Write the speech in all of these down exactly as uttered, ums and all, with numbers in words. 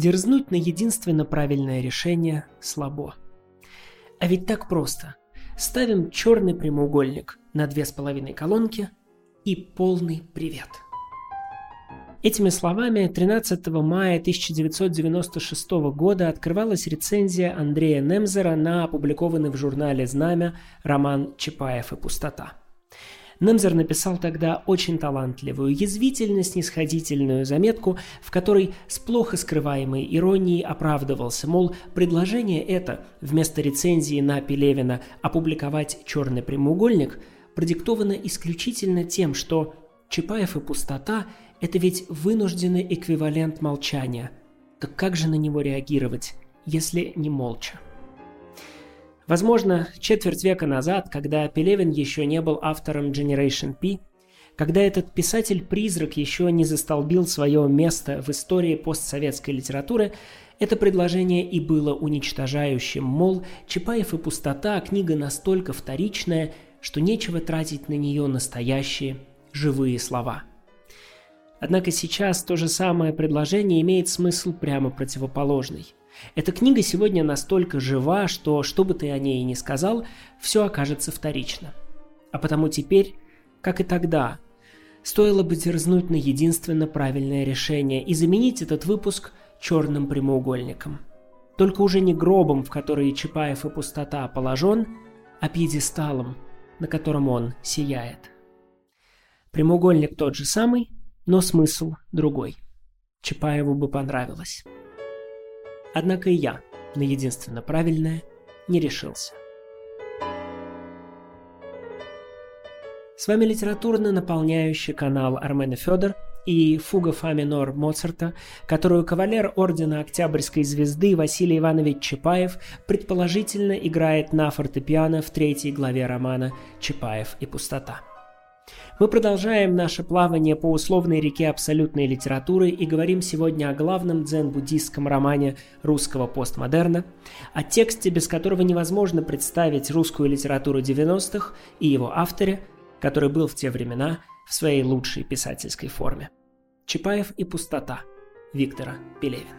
Дерзнуть на единственно правильное решение слабо. А ведь так просто. Ставим черный прямоугольник на две с половиной колонки и полный привет. Этими словами тринадцатого мая тысяча девятьсот девяносто шестого года открывалась рецензия Андрея Немзера на опубликованный в журнале «Знамя» роман «Чапаев и пустота». Немзер написал тогда очень талантливую, язвительно-снисходительную заметку, в которой с плохо скрываемой иронией оправдывался, мол, предложение это, вместо рецензии на Пелевина опубликовать «Черный прямоугольник», продиктовано исключительно тем, что Чапаев и пустота – это ведь вынужденный эквивалент молчания. Так как же на него реагировать, если не молча? Возможно, четверть века назад, когда Пелевин еще не был автором Generation P, когда этот писатель-призрак еще не застолбил свое место в истории постсоветской литературы, это предложение и было уничтожающим, мол, Чапаев и пустота – книга настолько вторичная, что нечего тратить на нее настоящие, живые слова. Однако сейчас то же самое предложение имеет смысл прямо противоположный. Эта книга сегодня настолько жива, что, что бы ты о ней ни сказал, все окажется вторично. А потому теперь, как и тогда, стоило бы дерзнуть на единственно правильное решение и заменить этот выпуск черным прямоугольником. Только уже не гробом, в который Чапаев и пустота положен, а пьедесталом, на котором он сияет. Прямоугольник тот же самый, но смысл другой. Чапаеву бы понравилось. Однако и я на единственно правильное не решился. С вами литературно наполняющий канал Армен и Федор и фуга фа минор Моцарта, которую кавалер ордена Октябрьской звезды Василий Иванович Чапаев предположительно играет на фортепиано в третьей главе романа «Чапаев и пустота». Мы продолжаем наше плавание по условной реке абсолютной литературы и говорим сегодня о главном дзен-буддистском романе русского постмодерна, о тексте, без которого невозможно представить русскую литературу девяностых, и его авторе, который был в те времена в своей лучшей писательской форме. «Чапаев и пустота» Виктора Пелевина.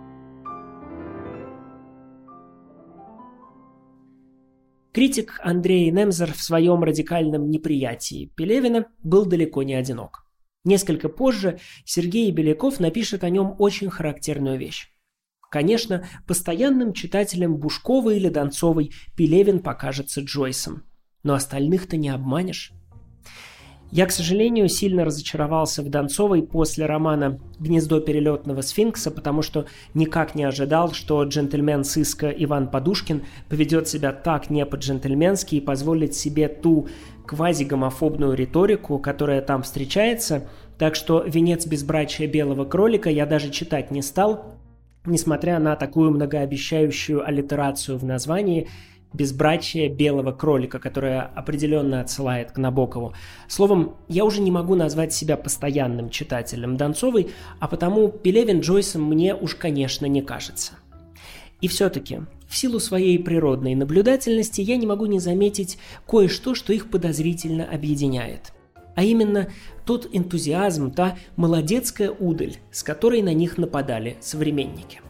Критик Андрей Немзер в своем радикальном неприятии Пелевина был далеко не одинок. Несколько позже Сергей Беляков напишет о нем очень характерную вещь. Конечно, постоянным читателям Бушковой или Донцовой Пелевин покажется Джойсом, но остальных-то не обманешь. Я, к сожалению, сильно разочаровался в Донцовой после романа «Гнездо перелетного сфинкса», потому что никак не ожидал, что джентльмен сыска Иван Подушкин поведет себя так не по-джентльменски и позволит себе ту квазигомофобную риторику, которая там встречается, так что «Венец безбрачия белого кролика» я даже читать не стал, несмотря на такую многообещающую аллитерацию в названии «Безбрачие белого кролика», которое определенно отсылает к Набокову. Словом, я уже не могу назвать себя постоянным читателем Донцовой, а потому Пелевин Джойсом мне уж, конечно, не кажется. И все-таки, в силу своей природной наблюдательности, я не могу не заметить кое-что, что их подозрительно объединяет. А именно тот энтузиазм, та молодецкая удаль, с которой на них нападали современники.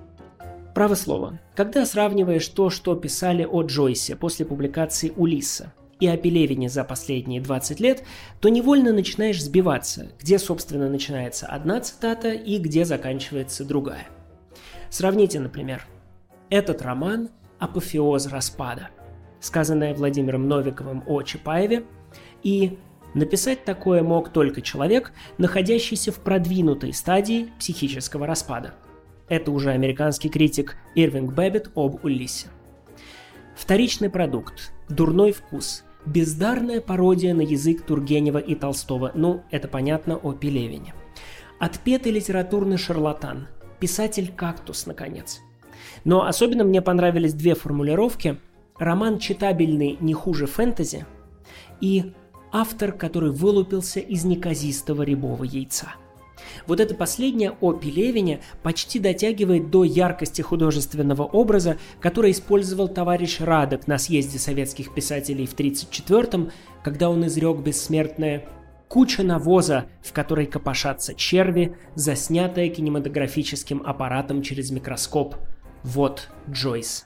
Право слово, когда сравниваешь то, что писали о Джойсе после публикации «Улисса», и о Пелевине за последние двадцать лет, то невольно начинаешь сбиваться, где, собственно, начинается одна цитата и где заканчивается другая. Сравните, например, «Этот роман – апофеоз распада», сказанное Владимиром Новиковым о Чапаеве, и «Написать такое мог только человек, находящийся в продвинутой стадии психического распада». Это уже американский критик Ирвинг Бэббит об Улиссе. Вторичный продукт, дурной вкус, бездарная пародия на язык Тургенева и Толстого, ну, это понятно о Пелевине. Отпетый литературный шарлатан, писатель-кактус, наконец. Но особенно мне понравились две формулировки: роман читабельный не хуже фэнтези и автор, который вылупился из неказистого рябого яйца. Вот это последнее о Пелевине почти дотягивает до яркости художественного образа, который использовал товарищ Радек на съезде советских писателей в тридцать четвёртом, когда он изрек бессмертное: куча навоза, в которой копошатся черви, заснятая кинематографическим аппаратом через микроскоп. Вот Джойс.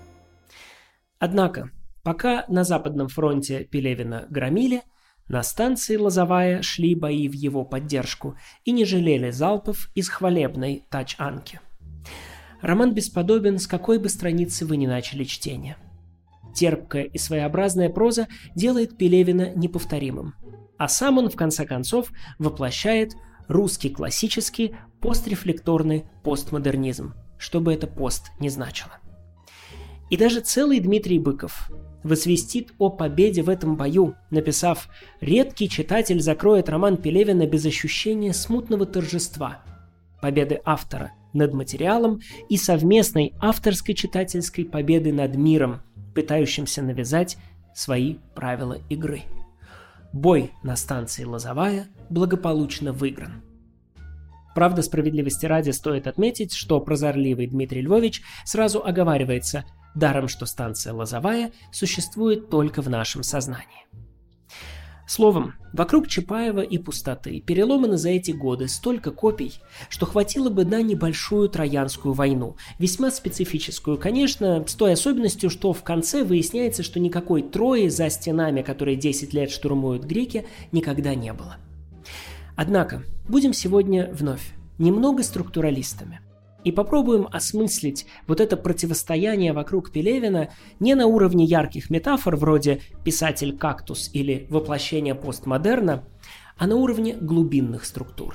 Однако, пока на Западном фронте Пелевина громили, на станции Лозовая шли бои в его поддержку и не жалели залпов из хвалебной тачанки. Роман бесподобен, с какой бы страницы вы ни начали чтение. Терпкая и своеобразная проза делает Пелевина неповторимым, а сам он, в конце концов, воплощает русский классический пострефлекторный постмодернизм, что бы это пост ни значило. И даже целый Дмитрий Быков возвестит о победе в этом бою, написав: «Редкий читатель закроет роман Пелевина без ощущения смутного торжества, победы автора над материалом и совместной авторской читательской победы над миром, пытающимся навязать свои правила игры. Бой на станции Лозовая благополучно выигран». Правда, справедливости ради стоит отметить, что прозорливый Дмитрий Львович сразу оговаривается: даром, что станция Лозовая существует только в нашем сознании. Словом, вокруг Чапаева и Пустоты переломано за эти годы столько копий, что хватило бы на небольшую Троянскую войну, весьма специфическую, конечно, с той особенностью, что в конце выясняется, что никакой Трои за стенами, которые десять лет штурмуют греки, никогда не было. Однако, будем сегодня вновь немного структуралистами и попробуем осмыслить вот это противостояние вокруг Пелевина не на уровне ярких метафор вроде «писатель-кактус» или «воплощение постмодерна», а на уровне глубинных структур.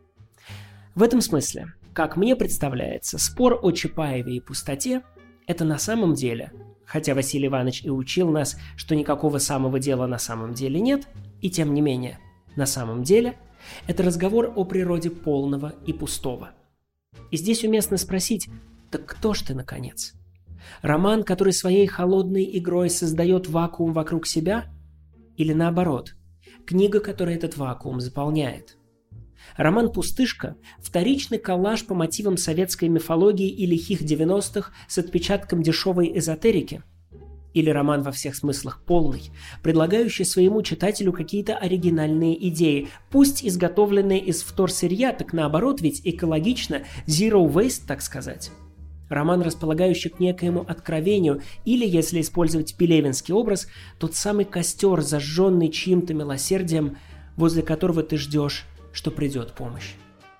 В этом смысле, как мне представляется, спор о Чапаеве и Пустоте – это на самом деле, хотя Василий Иванович и учил нас, что никакого самого дела на самом деле нет, и тем не менее, на самом деле – это разговор о природе полного и пустого. И здесь уместно спросить: так кто ж ты, наконец? Роман, который своей холодной игрой создает вакуум вокруг себя? Или наоборот, книга, которая этот вакуум заполняет? Роман «Пустышка» – вторичный коллаж по мотивам советской мифологии и лихих девяностых с отпечатком дешевой эзотерики? Или роман во всех смыслах полный, предлагающий своему читателю какие-то оригинальные идеи, пусть изготовленные из вторсырья, так наоборот, ведь экологично, zero waste, так сказать. Роман, располагающий к некоему откровению, или, если использовать пелевинский образ, тот самый костер, зажженный чьим-то милосердием, возле которого ты ждешь, что придет помощь.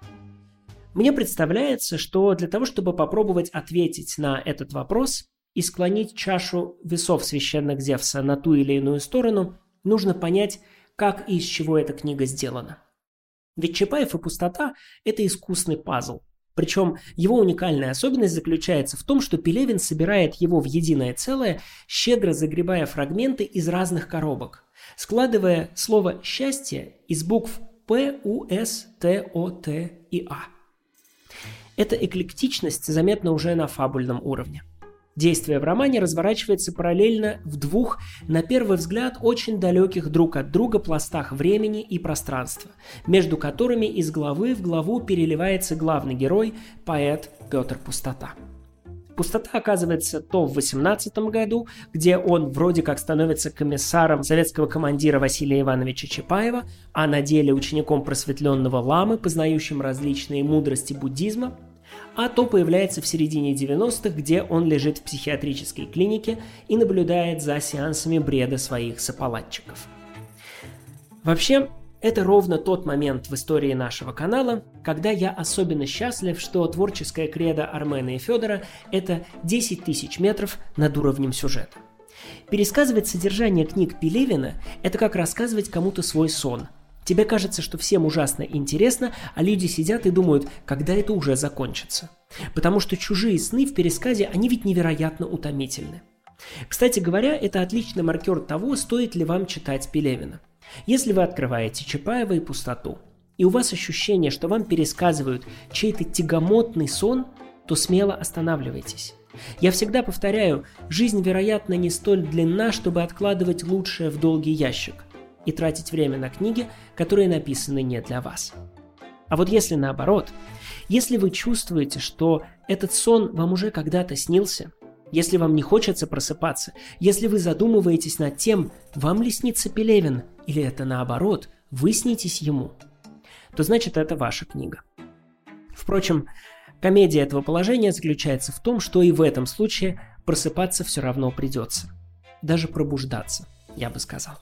Мне представляется, что для того, чтобы попробовать ответить на этот вопрос и склонить чашу весов священных Зевса на ту или иную сторону, нужно понять, как и из чего эта книга сделана. Ведь Чапаев и Пустота – это искусный пазл. Причем его уникальная особенность заключается в том, что Пелевин собирает его в единое целое, щедро загребая фрагменты из разных коробок, складывая слово «счастье» из букв П, У, С, Т, О, Т и А. Эта эклектичность заметна уже на фабульном уровне. Действие в романе разворачивается параллельно в двух, на первый взгляд, очень далеких друг от друга пластах времени и пространства, между которыми из главы в главу переливается главный герой, поэт Петр Пустота. Пустота оказывается то в восемнадцатом году, где он вроде как становится комиссаром советского командира Василия Ивановича Чапаева, а на деле учеником просветленного ламы, познающим различные мудрости буддизма, а то появляется в середине девяностых, где он лежит в психиатрической клинике и наблюдает за сеансами бреда своих сополатчиков. Вообще, это ровно тот момент в истории нашего канала, когда я особенно счастлив, что творческая кредо Армена и Федора – это десять тысяч метров над уровнем сюжета. Пересказывать содержание книг Пелевина – это как рассказывать кому-то свой сон. Тебе кажется, что всем ужасно интересно, а люди сидят и думают, когда это уже закончится. Потому что чужие сны в пересказе, они ведь невероятно утомительны. Кстати говоря, это отличный маркер того, стоит ли вам читать Пелевина. Если вы открываете Чапаева и Пустоту, и у вас ощущение, что вам пересказывают чей-то тягомотный сон, то смело останавливайтесь. Я всегда повторяю, жизнь, вероятно, не столь длинна, чтобы откладывать лучшее в долгий ящик и тратить время на книги, которые написаны не для вас. А вот если наоборот, если вы чувствуете, что этот сон вам уже когда-то снился, если вам не хочется просыпаться, если вы задумываетесь над тем, вам ли снится Пелевин, или это наоборот, вы снитесь ему, то значит это ваша книга. Впрочем, комедия этого положения заключается в том, что и в этом случае просыпаться все равно придется. Даже пробуждаться, я бы сказал.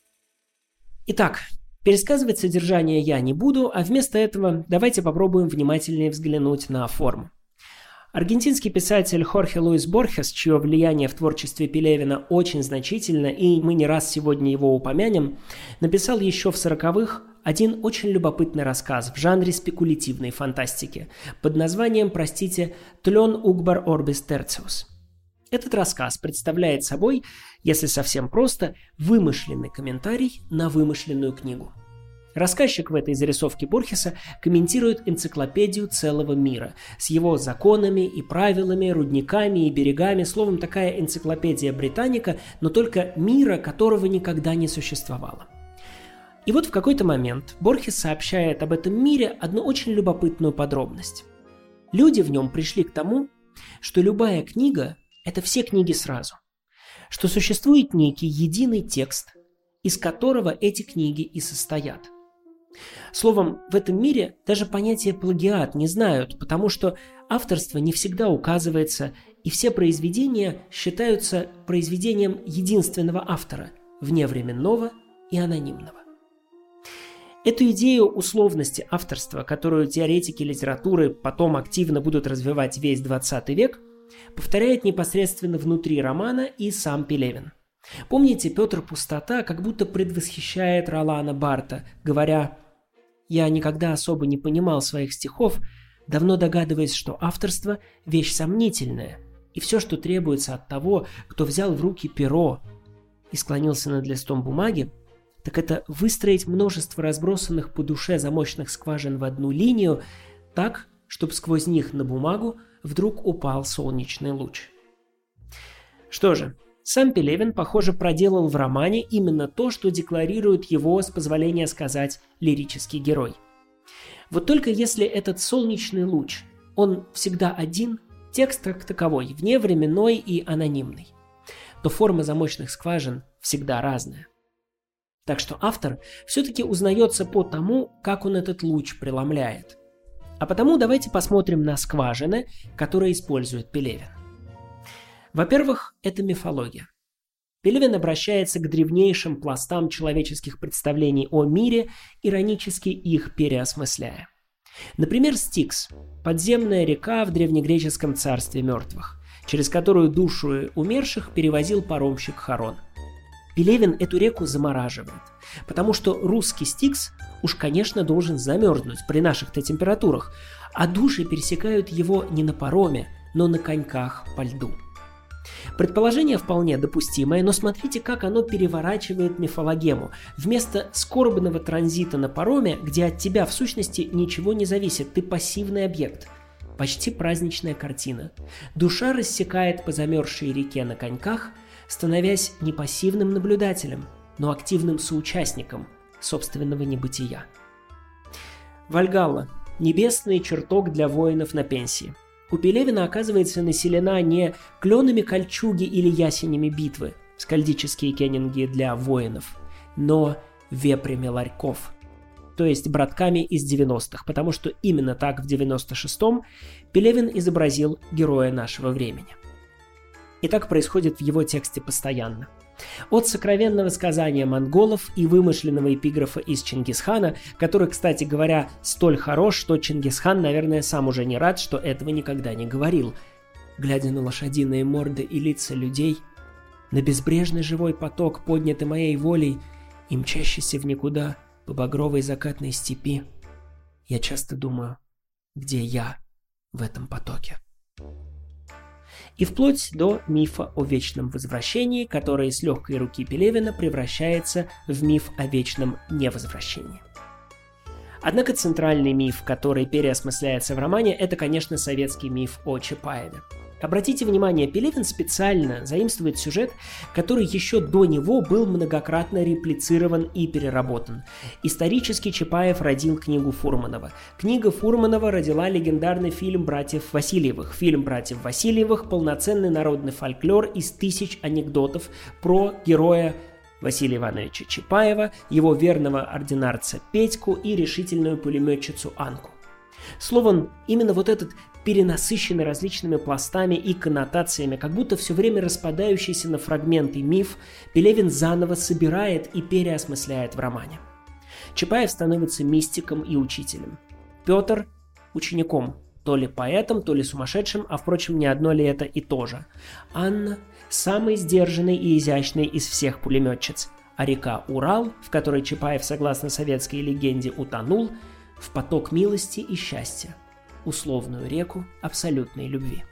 Итак, пересказывать содержание я не буду, а вместо этого давайте попробуем внимательнее взглянуть на форму. Аргентинский писатель Хорхе Луис Борхес, чье влияние в творчестве Пелевина очень значительно, и мы не раз сегодня его упомянем, написал еще в сороковых один очень любопытный рассказ в жанре спекулятивной фантастики под названием, простите, «Тлен угбар орбис терциус». Этот рассказ представляет собой, если совсем просто, вымышленный комментарий на вымышленную книгу. Рассказчик в этой зарисовке Борхеса комментирует энциклопедию целого мира с его законами и правилами, рудниками и берегами, словом, такая энциклопедия Британика, но только мира, которого никогда не существовало. И вот в какой-то момент Борхес сообщает об этом мире одну очень любопытную подробность. Люди в нем пришли к тому, что любая книга – это все книги сразу, что существует некий единый текст, из которого эти книги и состоят. Словом, в этом мире даже понятие плагиат не знают, потому что авторство не всегда указывается, и все произведения считаются произведением единственного автора, вневременного и анонимного. Эту идею условности авторства, которую теоретики литературы потом активно будут развивать весь двадцатый век, повторяет непосредственно внутри романа и сам Пелевин. Помните, Петр Пустота как будто предвосхищает Ролана Барта, говоря: «Я никогда особо не понимал своих стихов, давно догадываясь, что авторство – вещь сомнительная, и все, что требуется от того, кто взял в руки перо и склонился над листом бумаги, так это выстроить множество разбросанных по душе замочных скважин в одну линию так, чтобы сквозь них на бумагу вдруг упал солнечный луч». Что же, сам Пелевин, похоже, проделал в романе именно то, что декларирует его, с позволения сказать, лирический герой. Вот только если этот солнечный луч, он всегда один, текст как таковой, вневременной и анонимный, то форма замочных скважин всегда разная. Так что автор все-таки узнается по тому, как он этот луч преломляет. А потому давайте посмотрим на скважины, которые использует Пелевин. Во-первых, это мифология. Пелевин обращается к древнейшим пластам человеческих представлений о мире, иронически их переосмысляя. Например, Стикс – подземная река в древнегреческом царстве мертвых, через которую душу умерших перевозил паромщик Харон. Пелевин эту реку замораживает, потому что русский Стикс уж, конечно, должен замерзнуть при наших-то температурах, а души пересекают его не на пароме, но на коньках по льду. Предположение вполне допустимое, но смотрите, как оно переворачивает мифологему. Вместо скорбного транзита на пароме, где от тебя в сущности ничего не зависит, ты пассивный объект. Почти праздничная картина. Душа рассекает по замерзшей реке на коньках, становясь не пассивным наблюдателем, но активным соучастником собственного небытия. Вальгалла – небесный чертог для воинов на пенсии. У Пелевина, оказывается, населена не кленами кольчуги или ясенями битвы, скальдические кеннинги для воинов, но вепрями ларьков, то есть братками из девяностых, потому что именно так в девяносто шестом Пелевин изобразил героя нашего времени. И так происходит в его тексте постоянно. От сокровенного сказания монголов и вымышленного эпиграфа из Чингисхана, который, кстати говоря, столь хорош, что Чингисхан, наверное, сам уже не рад, что этого никогда не говорил. Глядя на лошадиные морды и лица людей, на безбрежный живой поток, поднятый моей волей и мчащийся в никуда по багровой закатной степи, я часто думаю, где я в этом потоке. И вплоть до мифа о вечном возвращении, который с легкой руки Пелевина превращается в миф о вечном невозвращении. Однако центральный миф, который переосмысляется в романе, это, конечно, советский миф о Чапаеве. Обратите внимание, Пелевин специально заимствует сюжет, который еще до него был многократно реплицирован и переработан. Исторически Чапаев родил книгу Фурманова. Книга Фурманова родила легендарный фильм «Братьев Васильевых». Фильм «Братьев Васильевых» – полноценный народный фольклор из тысяч анекдотов про героя Василия Ивановича Чапаева, его верного ординарца Петьку и решительную пулеметчицу Анку. Словом, именно вот этот перенасыщенный различными пластами и коннотациями, как будто все время распадающийся на фрагменты миф, Пелевин заново собирает и переосмысляет в романе. Чапаев становится мистиком и учителем. Петр – учеником, то ли поэтом, то ли сумасшедшим, а, впрочем, не одно ли это и то же. Анна – самый сдержанный и изящный из всех пулеметчиц, а река Урал, в которой Чапаев, согласно советской легенде, утонул, в поток милости и счастья, условную реку абсолютной любви.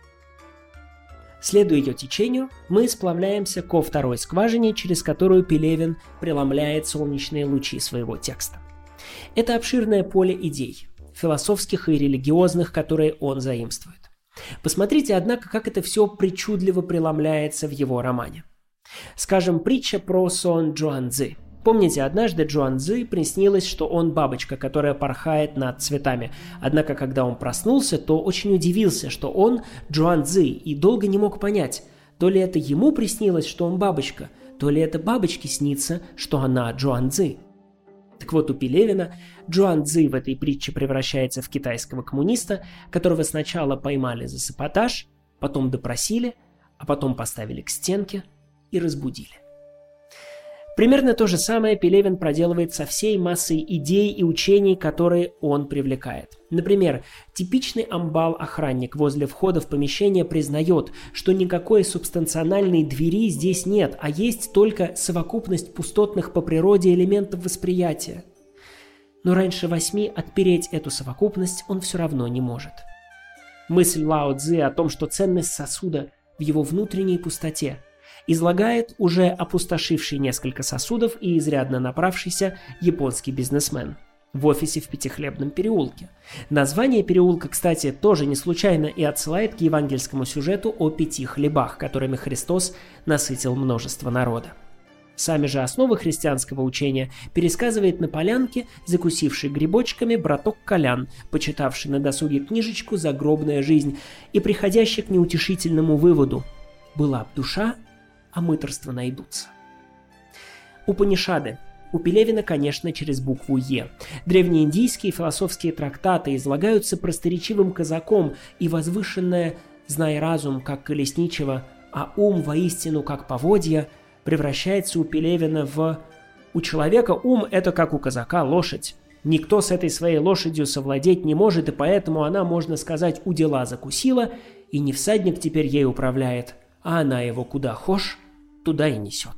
Следуя ее течению, мы сплавляемся ко второй скважине, через которую Пелевин преломляет солнечные лучи своего текста. Это обширное поле идей, философских и религиозных, которые он заимствует. Посмотрите, однако, как это все причудливо преломляется в его романе. Скажем, притча про сон Джуанцзы. Помните, однажды Джуанцзы приснилось, что он бабочка, которая порхает над цветами. Однако, когда он проснулся, то очень удивился, что он Джуанцзы, и долго не мог понять, то ли это ему приснилось, что он бабочка, то ли это бабочке снится, что она Джуанцзы. Так вот, у Пелевина Джуанцзы в этой притче превращается в китайского коммуниста, которого сначала поймали за саботаж, потом допросили, а потом поставили к стенке и разбудили. Примерно то же самое Пелевин проделывает со всей массой идей и учений, которые он привлекает. Например, типичный амбал-охранник возле входа в помещение признает, что никакой субстанциональной двери здесь нет, а есть только совокупность пустотных по природе элементов восприятия. Но раньше восьми отпереть эту совокупность он все равно не может. Мысль Лао Цзы о том, что ценность сосуда в его внутренней пустоте, излагает уже опустошивший несколько сосудов и изрядно направшийся японский бизнесмен в офисе в Пятихлебном переулке. Название переулка, кстати, тоже не случайно и отсылает к евангельскому сюжету о пяти хлебах, которыми Христос насытил множество народа. Сами же основы христианского учения пересказывает на полянке, закусивший грибочками, браток Колян, почитавший на досуге книжечку «Загробная жизнь» и приходящий к неутешительному выводу: «Была б душа, а мытарства найдутся». Упанишады. У Пелевина, конечно, через букву «Е». Древнеиндийские философские трактаты излагаются просторечивым казаком, и возвышенное «знай разум, как колесничего, а ум воистину, как поводья» превращается у Пелевина в «у человека ум – это как у казака лошадь. Никто с этой своей лошадью совладеть не может, и поэтому она, можно сказать, у дела закусила, и не всадник теперь ей управляет, а она его куда хошь, туда и несет».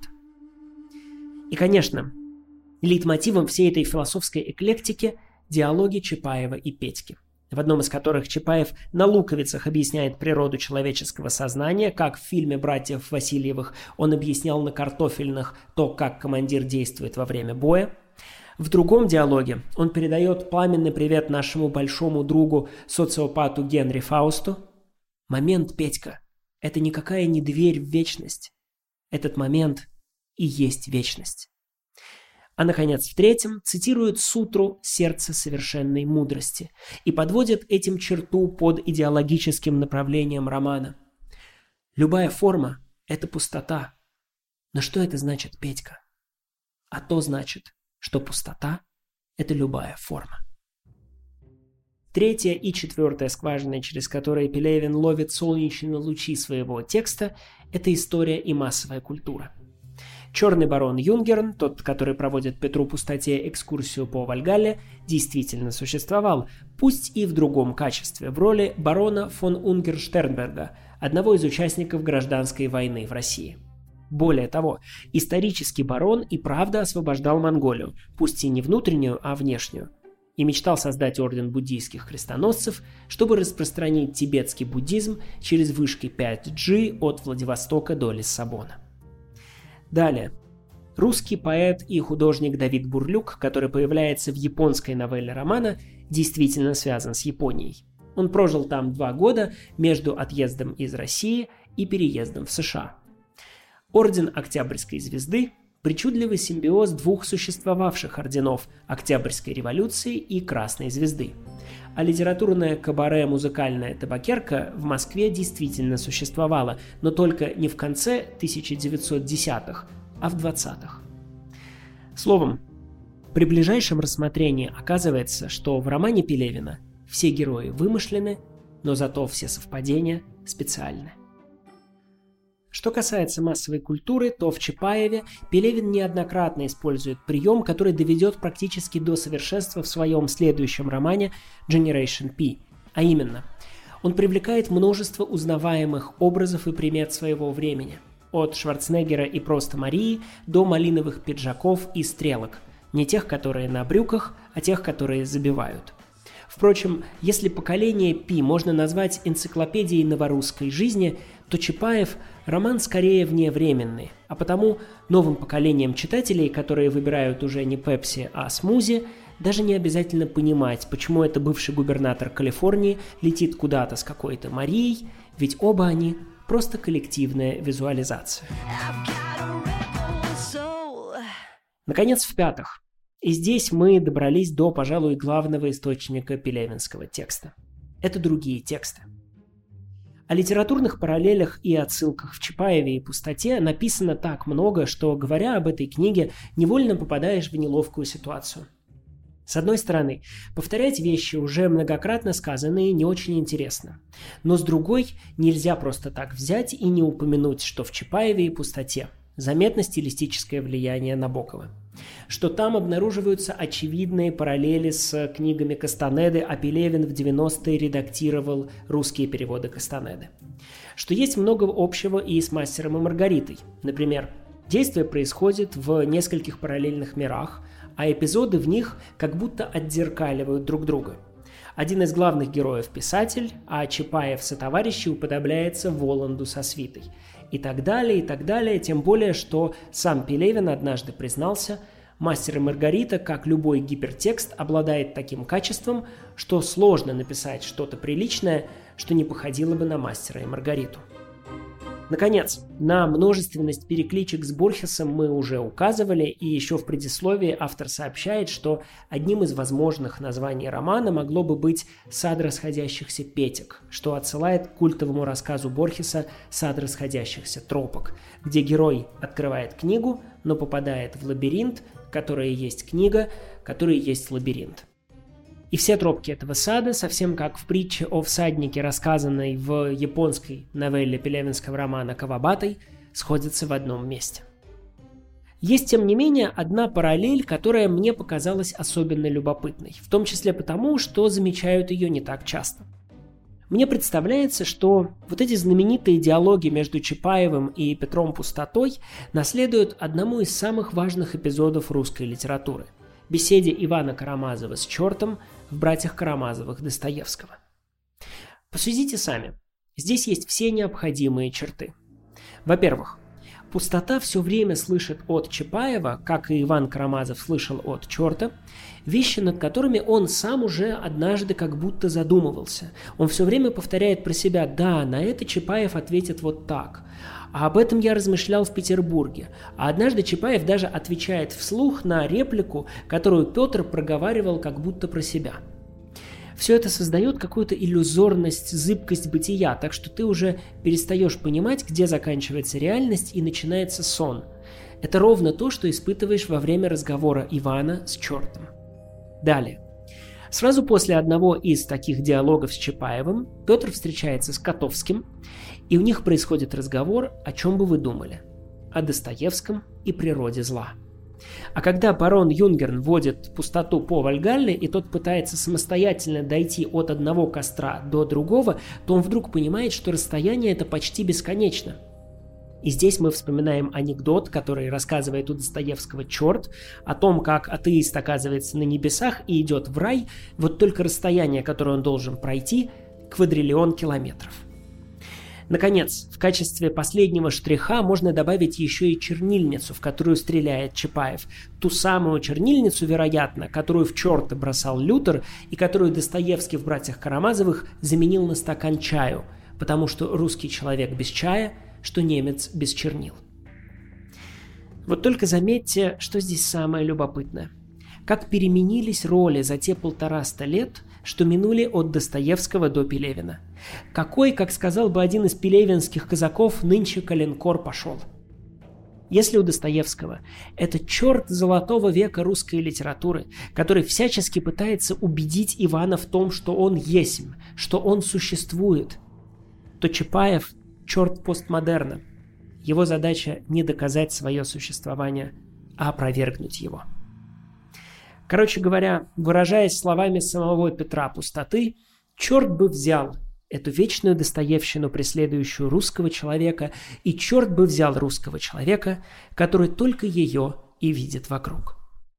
И, конечно, лейтмотивом всей этой философской эклектики диалоги Чапаева и Петьки, в одном из которых Чапаев на луковицах объясняет природу человеческого сознания, как в фильме «Братьев Васильевых» он объяснял на картофельных то, как командир действует во время боя. В другом диалоге он передает пламенный привет нашему большому другу, социопату Генри Фаусту. Момент, Петька, это никакая не дверь в вечность. Этот момент и есть вечность. А, наконец, в третьем цитирует сутру «Сердце совершенной мудрости» и подводит этим черту под идеологическим направлением романа. Любая форма – это пустота. Но что это значит, Петька? А то значит, что пустота – это любая форма. Третья и четвертая скважины, через которые Пелевин ловит солнечные лучи своего текста – это история и массовая культура. Черный барон Юнгерн, тот, который проводит Петру Пустоте экскурсию по Вальгалле, действительно существовал, пусть и в другом качестве, в роли барона фон Унгер-Штернберга, одного из участников гражданской войны в России. Более того, исторический барон и правда освобождал Монголию, пусть и не внутреннюю, а внешнюю, и мечтал создать орден буддийских крестоносцев, чтобы распространить тибетский буддизм через вышки пять джи от Владивостока до Лиссабона. Далее. Русский поэт и художник Давид Бурлюк, который появляется в японской новелле романа, действительно связан с Японией. Он прожил там два года между отъездом из России и переездом в США. Орден Октябрьской звезды – причудливый симбиоз двух существовавших орденов – Октябрьской революции и Красной звезды. А литературное кабаре «Музыкальная табакерка» в Москве действительно существовало, но только не в конце тысяча девятьсот десятых, а в двадцатых. Словом, при ближайшем рассмотрении оказывается, что в романе Пелевина все герои вымышлены, но зато все совпадения специальны. Что касается массовой культуры, то в Чапаеве Пелевин неоднократно использует прием, который доведет практически до совершенства в своем следующем романе Generation P, а именно, он привлекает множество узнаваемых образов и примет своего времени, от Шварценеггера и просто Марии до малиновых пиджаков и стрелок, не тех, которые на брюках, а тех, которые забивают. Впрочем, если поколение Пи можно назвать энциклопедией новорусской жизни, то Чапаев – роман скорее вневременный, а потому новым поколениям читателей, которые выбирают уже не Пепси, а смузи, даже не обязательно понимать, почему это бывший губернатор Калифорнии летит куда-то с какой-то Марией, ведь оба они – просто коллективная визуализация. Наконец, в-пятых, и здесь мы добрались до, пожалуй, главного источника пелевинского текста. Это другие тексты. О литературных параллелях и отсылках в Чапаеве и «Пустоте» написано так много, что, говоря об этой книге, невольно попадаешь в неловкую ситуацию. С одной стороны, повторять вещи, уже многократно сказанные, не очень интересно. Но с другой, нельзя просто так взять и не упомянуть, что в Чапаеве и «Пустоте» заметно стилистическое влияние Набокова. Что там обнаруживаются очевидные параллели с книгами Кастанеды, а Пелевин в девяностые редактировал русские переводы Кастанеды. Что есть много общего и с «Мастером и Маргаритой». Например, действие происходит в нескольких параллельных мирах, а эпизоды в них как будто отзеркаливают друг друга. Один из главных героев – писатель, а Чапаев сотоварищи уподобляется Воланду со свитой. И так далее, и так далее, тем более, что сам Пелевин однажды признался, «Мастер и Маргарита», как любой гипертекст, обладает таким качеством, что сложно написать что-то приличное, что не походило бы на «Мастера и Маргариту». Наконец, на множественность перекличек с Борхесом мы уже указывали, и еще в предисловии автор сообщает, что одним из возможных названий романа могло бы быть «Сад расходящихся петек», что отсылает к культовому рассказу Борхеса «Сад расходящихся тропок», где герой открывает книгу, но попадает в лабиринт, который есть книга, который есть лабиринт. И все тропки этого сада, совсем как в притче о всаднике, рассказанной в японской новелле пелевинского романа «Кавабатай», сходятся в одном месте. Есть, тем не менее, одна параллель, которая мне показалась особенно любопытной, в том числе потому, что замечают ее не так часто. Мне представляется, что вот эти знаменитые диалоги между Чапаевым и Петром Пустотой наследуют одному из самых важных эпизодов русской литературы – беседе Ивана Карамазова с чертом в «Братьях Карамазовых» Достоевского. Посудите сами. Здесь есть все необходимые черты. Во-первых, Пустота все время слышит от Чапаева, как и Иван Карамазов слышал от черта, вещи, над которыми он сам уже однажды как будто задумывался. Он все время повторяет про себя: «Да, на это Чапаев ответит вот так. А об этом я размышлял в Петербурге». А однажды Чапаев даже отвечает вслух на реплику, которую Петр проговаривал как будто про себя. Все это создает какую-то иллюзорность, зыбкость бытия, так что ты уже перестаешь понимать, где заканчивается реальность и начинается сон. Это ровно то, что испытываешь во время разговора Ивана с чертом. Далее. Сразу после одного из таких диалогов с Чапаевым Петр встречается с Котовским, и у них происходит разговор, о чем бы вы думали? О Достоевском и природе зла. А когда барон Юнгерн водит Пустоту по Вальгалле, и тот пытается самостоятельно дойти от одного костра до другого, то он вдруг понимает, что расстояние это почти бесконечно. И здесь мы вспоминаем анекдот, который рассказывает у Достоевского черт, о том, как атеист оказывается на небесах и идет в рай, вот только расстояние, которое он должен пройти, квадриллион километров. Наконец, в качестве последнего штриха можно добавить еще и чернильницу, в которую стреляет Чапаев. Ту самую чернильницу, вероятно, которую в черта бросал Лютер и которую Достоевский в «Братьях Карамазовых» заменил на стакан чаю, потому что русский человек без чая, что немец без чернил. Вот только заметьте, что здесь самое любопытное. Как переменились роли за те полтораста лет, что минули от Достоевского до Пелевина. Какой, как сказал бы один из пелевинских казаков, нынче коленкор пошел. Если у Достоевского это черт золотого века русской литературы, который всячески пытается убедить Ивана в том, что он есть, что он существует, то Чапаев – черт постмодерна. Его задача не доказать свое существование, а опровергнуть его. Короче говоря, выражаясь словами самого Петра Пустоты, черт бы взял эту вечную достоевщину, преследующую русского человека, и черт бы взял русского человека, который только ее и видит вокруг.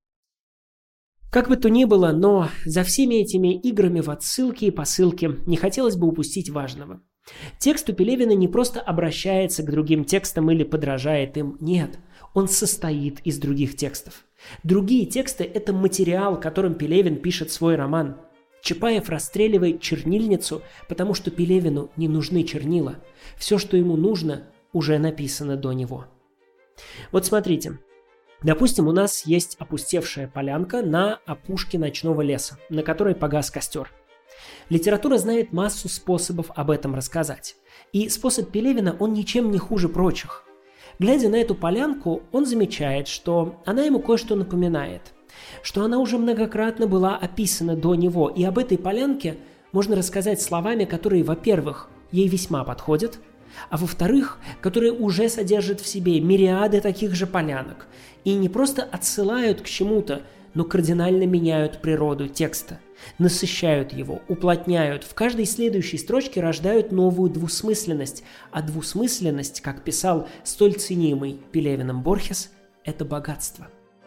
Как бы то ни было, но за всеми этими играми в отсылки и посылки не хотелось бы упустить важного. Текст у Пелевина не просто обращается к другим текстам или подражает им, нет, он состоит из других текстов. Другие тексты – это материал, которым Пелевин пишет свой роман. Чапаев расстреливает чернильницу, потому что Пелевину не нужны чернила. Все, что ему нужно, уже написано до него. Вот смотрите. Допустим, у нас есть опустевшая полянка на опушке ночного леса, на которой погас костер. Литература знает массу способов об этом рассказать. И способ Пелевина, он ничем не хуже прочих. Глядя на эту полянку, он замечает, что она ему кое-что напоминает. Что она уже многократно была описана до него, и об этой полянке можно рассказать словами, которые, во-первых, ей весьма подходят, а во-вторых, которые уже содержат в себе мириады таких же полянок и не просто отсылают к чему-то, но кардинально меняют природу текста, насыщают его, уплотняют, в каждой следующей строчке рождают новую двусмысленность, а двусмысленность, как писал столь ценимый Пелевиным Борхес, это богатство.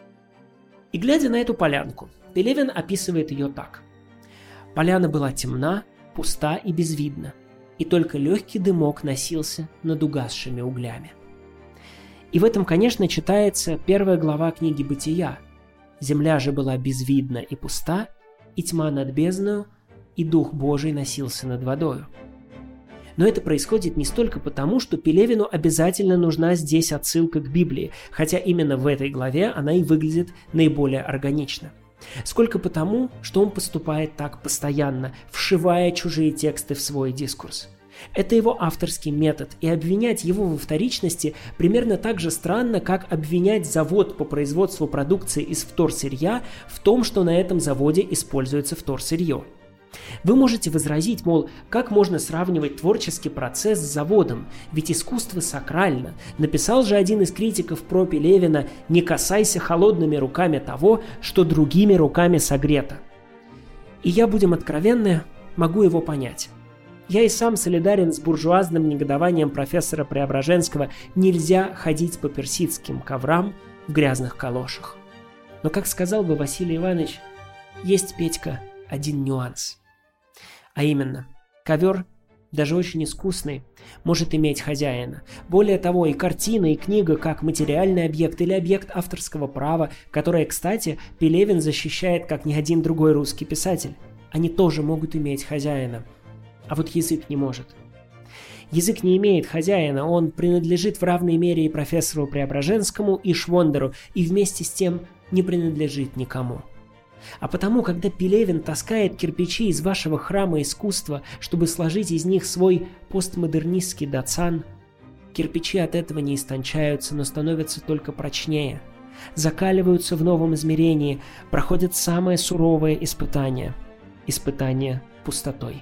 И глядя на эту полянку, Пелевин описывает ее так. Поляна была темна, пуста и безвидна, и только легкий дымок носился над угасшими углями. И в этом, конечно, читается первая глава книги «Бытия». Земля же была безвидна и пуста, и тьма над бездною, и Дух Божий носился над водою. Но это происходит не столько потому, что Пелевину обязательно нужна здесь отсылка к Библии, хотя именно в этой главе она и выглядит наиболее органично, сколько потому, что он поступает так постоянно, вшивая чужие тексты в свой дискурс. Это его авторский метод, и обвинять его во вторичности примерно так же странно, как обвинять завод по производству продукции из вторсырья в том, что на этом заводе используется вторсырье. Вы можете возразить, мол, как можно сравнивать творческий процесс с заводом, ведь искусство сакрально. Написал же один из критиков про Пелевина: «Не касайся холодными руками того, что другими руками согрето». И я, будем откровенны, могу его понять. Я и сам солидарен с буржуазным негодованием профессора Преображенского: нельзя ходить по персидским коврам в грязных калошах. Но, как сказал бы Василий Иванович, есть, Петька, один нюанс. А именно, ковер, даже очень искусный, может иметь хозяина. Более того, и картина, и книга как материальный объект или объект авторского права, которое, кстати, Пелевин защищает как ни один другой русский писатель, они тоже могут иметь хозяина. А вот язык не может. Язык не имеет хозяина, он принадлежит в равной мере и профессору Преображенскому, и Швондеру, и вместе с тем не принадлежит никому. А потому, когда Пелевин таскает кирпичи из вашего храма искусства, чтобы сложить из них свой постмодернистский дацан, кирпичи от этого не истончаются, но становятся только прочнее, закаливаются в новом измерении, проходят самое суровое испытание – испытание пустотой.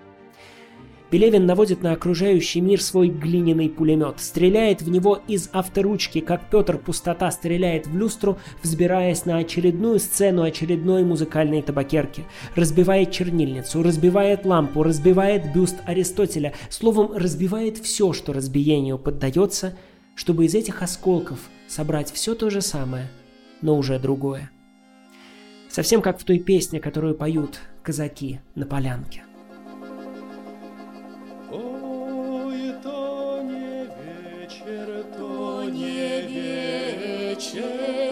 Пелевин наводит на окружающий мир свой глиняный пулемет, стреляет в него из авторучки, как Петр Пустота стреляет в люстру, взбираясь на очередную сцену очередной музыкальной табакерки, разбивает чернильницу, разбивает лампу, разбивает бюст Аристотеля, словом, разбивает все, что разбиению поддается, чтобы из этих осколков собрать все то же самое, но уже другое. Совсем как в той песне, которую поют казаки на полянке. Ой, то не вечер, то не вечер.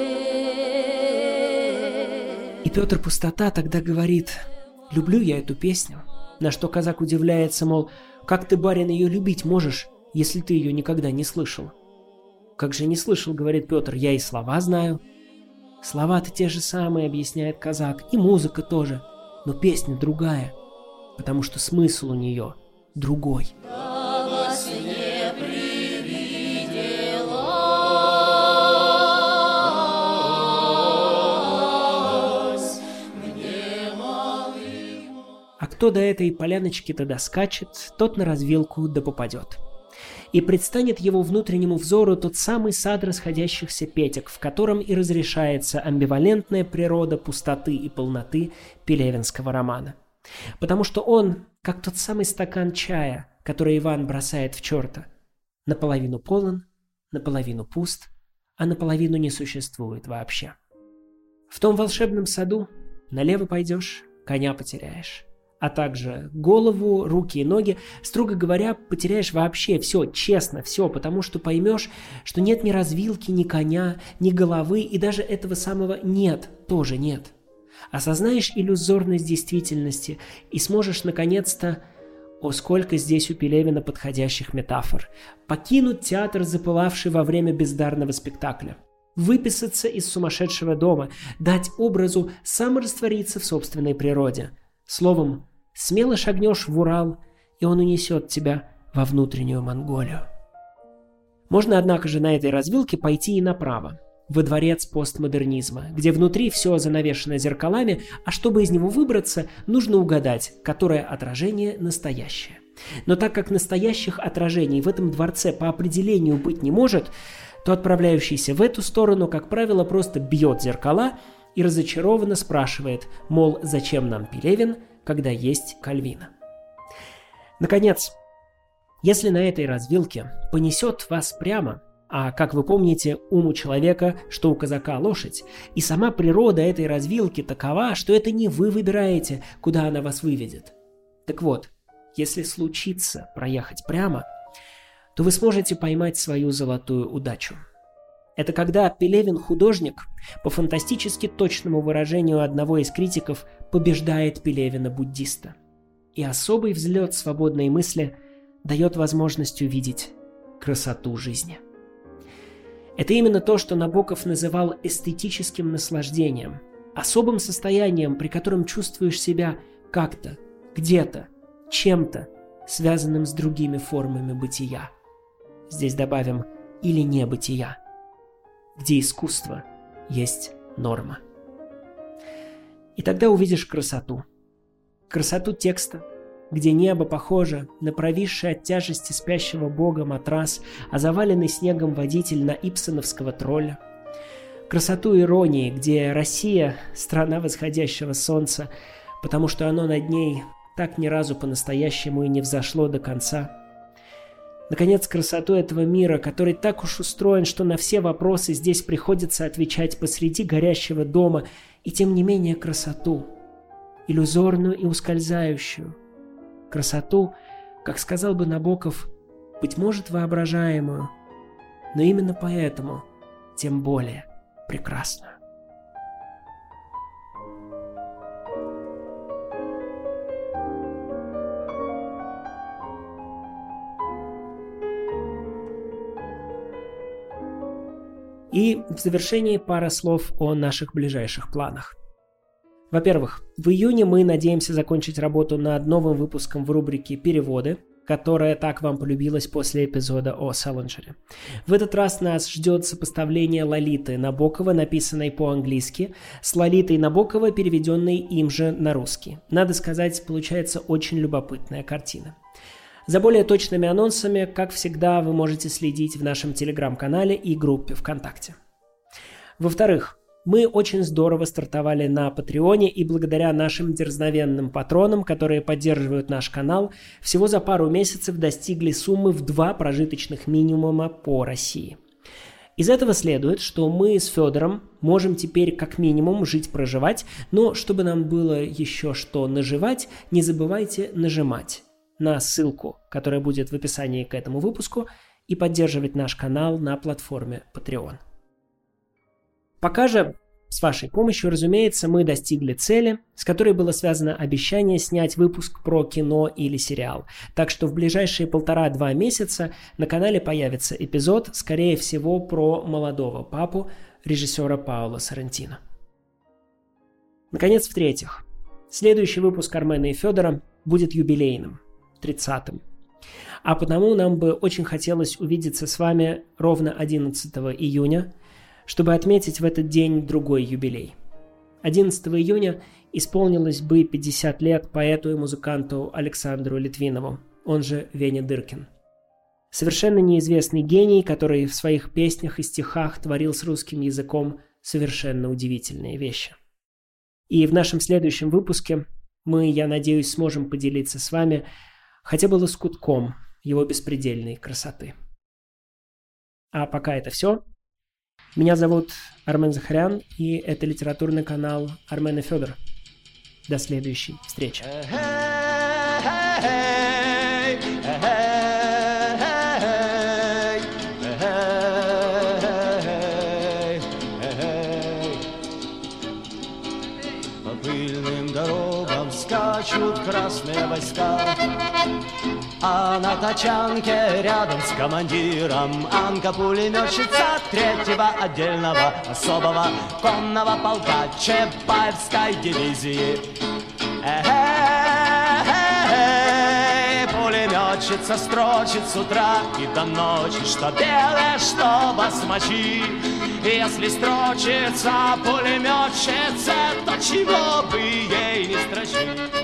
И Петр Пустота тогда говорит: «Люблю я эту песню». На что казак удивляется, мол, как ты, барин, ее любить можешь, если ты ее никогда не слышал? Как же не слышал, говорит Петр, я и слова знаю. Слова-то те же самые, объясняет казак, и музыка тоже, но песня другая, потому что смысл у нее другой. Да во сне привиделась кто до этой поляночки-то доскачет, тот на развилку да попадет. И предстанет его внутреннему взору тот самый сад расходящихся петек, в котором и разрешается амбивалентная природа пустоты и полноты пелевинского романа. Потому что он, как тот самый стакан чая, который Иван бросает в черта, наполовину полон, наполовину пуст, а наполовину не существует вообще. В том волшебном саду налево пойдешь, коня потеряешь. А также голову, руки и ноги, строго говоря, потеряешь вообще все, честно, все, потому что поймешь, что нет ни развилки, ни коня, ни головы, и даже этого самого «нет» тоже нет. Осознаешь иллюзорность действительности и сможешь наконец-то, о, сколько здесь у Пелевина подходящих метафор, покинуть театр, запылавший во время бездарного спектакля, выписаться из сумасшедшего дома, дать образу самораствориться в собственной природе. Словом, смело шагнешь в Урал, и он унесет тебя во внутреннюю Монголию. Можно, однако же, на этой развилке пойти и направо, во дворец постмодернизма, где внутри все занавешено зеркалами, а чтобы из него выбраться, нужно угадать, которое отражение настоящее. Но так как настоящих отражений в этом дворце по определению быть не может, то отправляющийся в эту сторону, как правило, просто бьет зеркала и разочарованно спрашивает, мол, зачем нам Пелевин, когда есть Кальвина. Наконец, если на этой развилке понесет вас прямо, а, как вы помните, ум у человека, что у казака лошадь, и сама природа этой развилки такова, что это не вы выбираете, куда она вас выведет. Так вот, если случится проехать прямо, то вы сможете поймать свою золотую удачу. Это когда Пелевин-художник, по фантастически точному выражению одного из критиков, побеждает Пелевина-буддиста. И особый взлет свободной мысли дает возможность увидеть красоту жизни. Это именно то, что Набоков называл эстетическим наслаждением, особым состоянием, при котором чувствуешь себя как-то, где-то, чем-то, связанным с другими формами бытия. Здесь добавим «или небытия», где искусство есть норма. И тогда увидишь красоту. Красоту текста, где небо похоже на провисший от тяжести спящего бога матрас, а заваленный снегом водитель на ибсеновского тролля. Красоту иронии, где Россия – страна восходящего солнца, потому что оно над ней так ни разу по-настоящему и не взошло до конца. Наконец, красоту этого мира, который так уж устроен, что на все вопросы здесь приходится отвечать посреди горящего дома, и тем не менее красоту, иллюзорную и ускользающую. Красоту, как сказал бы Набоков, быть может воображаемую, но именно поэтому тем более прекрасную. И в завершении пара слов о наших ближайших планах. Во-первых, в июне мы надеемся закончить работу над новым выпуском в рубрике «Переводы», которая так вам полюбилась после эпизода о Селлинджере. В этот раз нас ждет сопоставление Лолиты Набокова, написанной по-английски, с Лолитой Набокова, переведенной им же на русский. Надо сказать, получается очень любопытная картина. За более точными анонсами, как всегда, вы можете следить в нашем телеграм-канале и группе ВКонтакте. Во-вторых, мы очень здорово стартовали на Патреоне, и благодаря нашим дерзновенным патронам, которые поддерживают наш канал, всего за пару месяцев достигли суммы в два прожиточных минимума по России. Из этого следует, что мы с Федором можем теперь как минимум жить-проживать, но чтобы нам было еще что наживать, не забывайте нажимать на ссылку, которая будет в описании к этому выпуску, и поддерживать наш канал на платформе Patreon. Пока же, с вашей помощью, разумеется, мы достигли цели, с которой было связано обещание снять выпуск про кино или сериал. Так что в ближайшие полтора-два месяца на канале появится эпизод, скорее всего, про молодого папу режиссера Паоло Соррентино. Наконец, в-третьих, следующий выпуск Армена и Федора будет юбилейным, тридцатым. А потому нам бы очень хотелось увидеться с вами ровно одиннадцатого июня, чтобы отметить в этот день другой юбилей. одиннадцатого июня исполнилось бы пятьдесят лет поэту и музыканту Александру Литвинову, он же Веня Дыркин. Совершенно неизвестный гений, который в своих песнях и стихах творил с русским языком совершенно удивительные вещи. И в нашем следующем выпуске мы, я надеюсь, сможем поделиться с вами хотя бы лоскутком его беспредельной красоты. А пока это все. Меня зовут Армен Захарян, и это литературный канал Армен и Федор. До следующей встречи. По пыльным дорогам скачут красные войска, а на тачанке рядом с командиром Анка, пулеметчица третьего отдельного особого конного полка Чапаевской дивизии. Эй, пулеметчица строчит с утра и до ночи, что белое, что басмачи. Если строчится пулеметчица, то чего бы ей не строчить.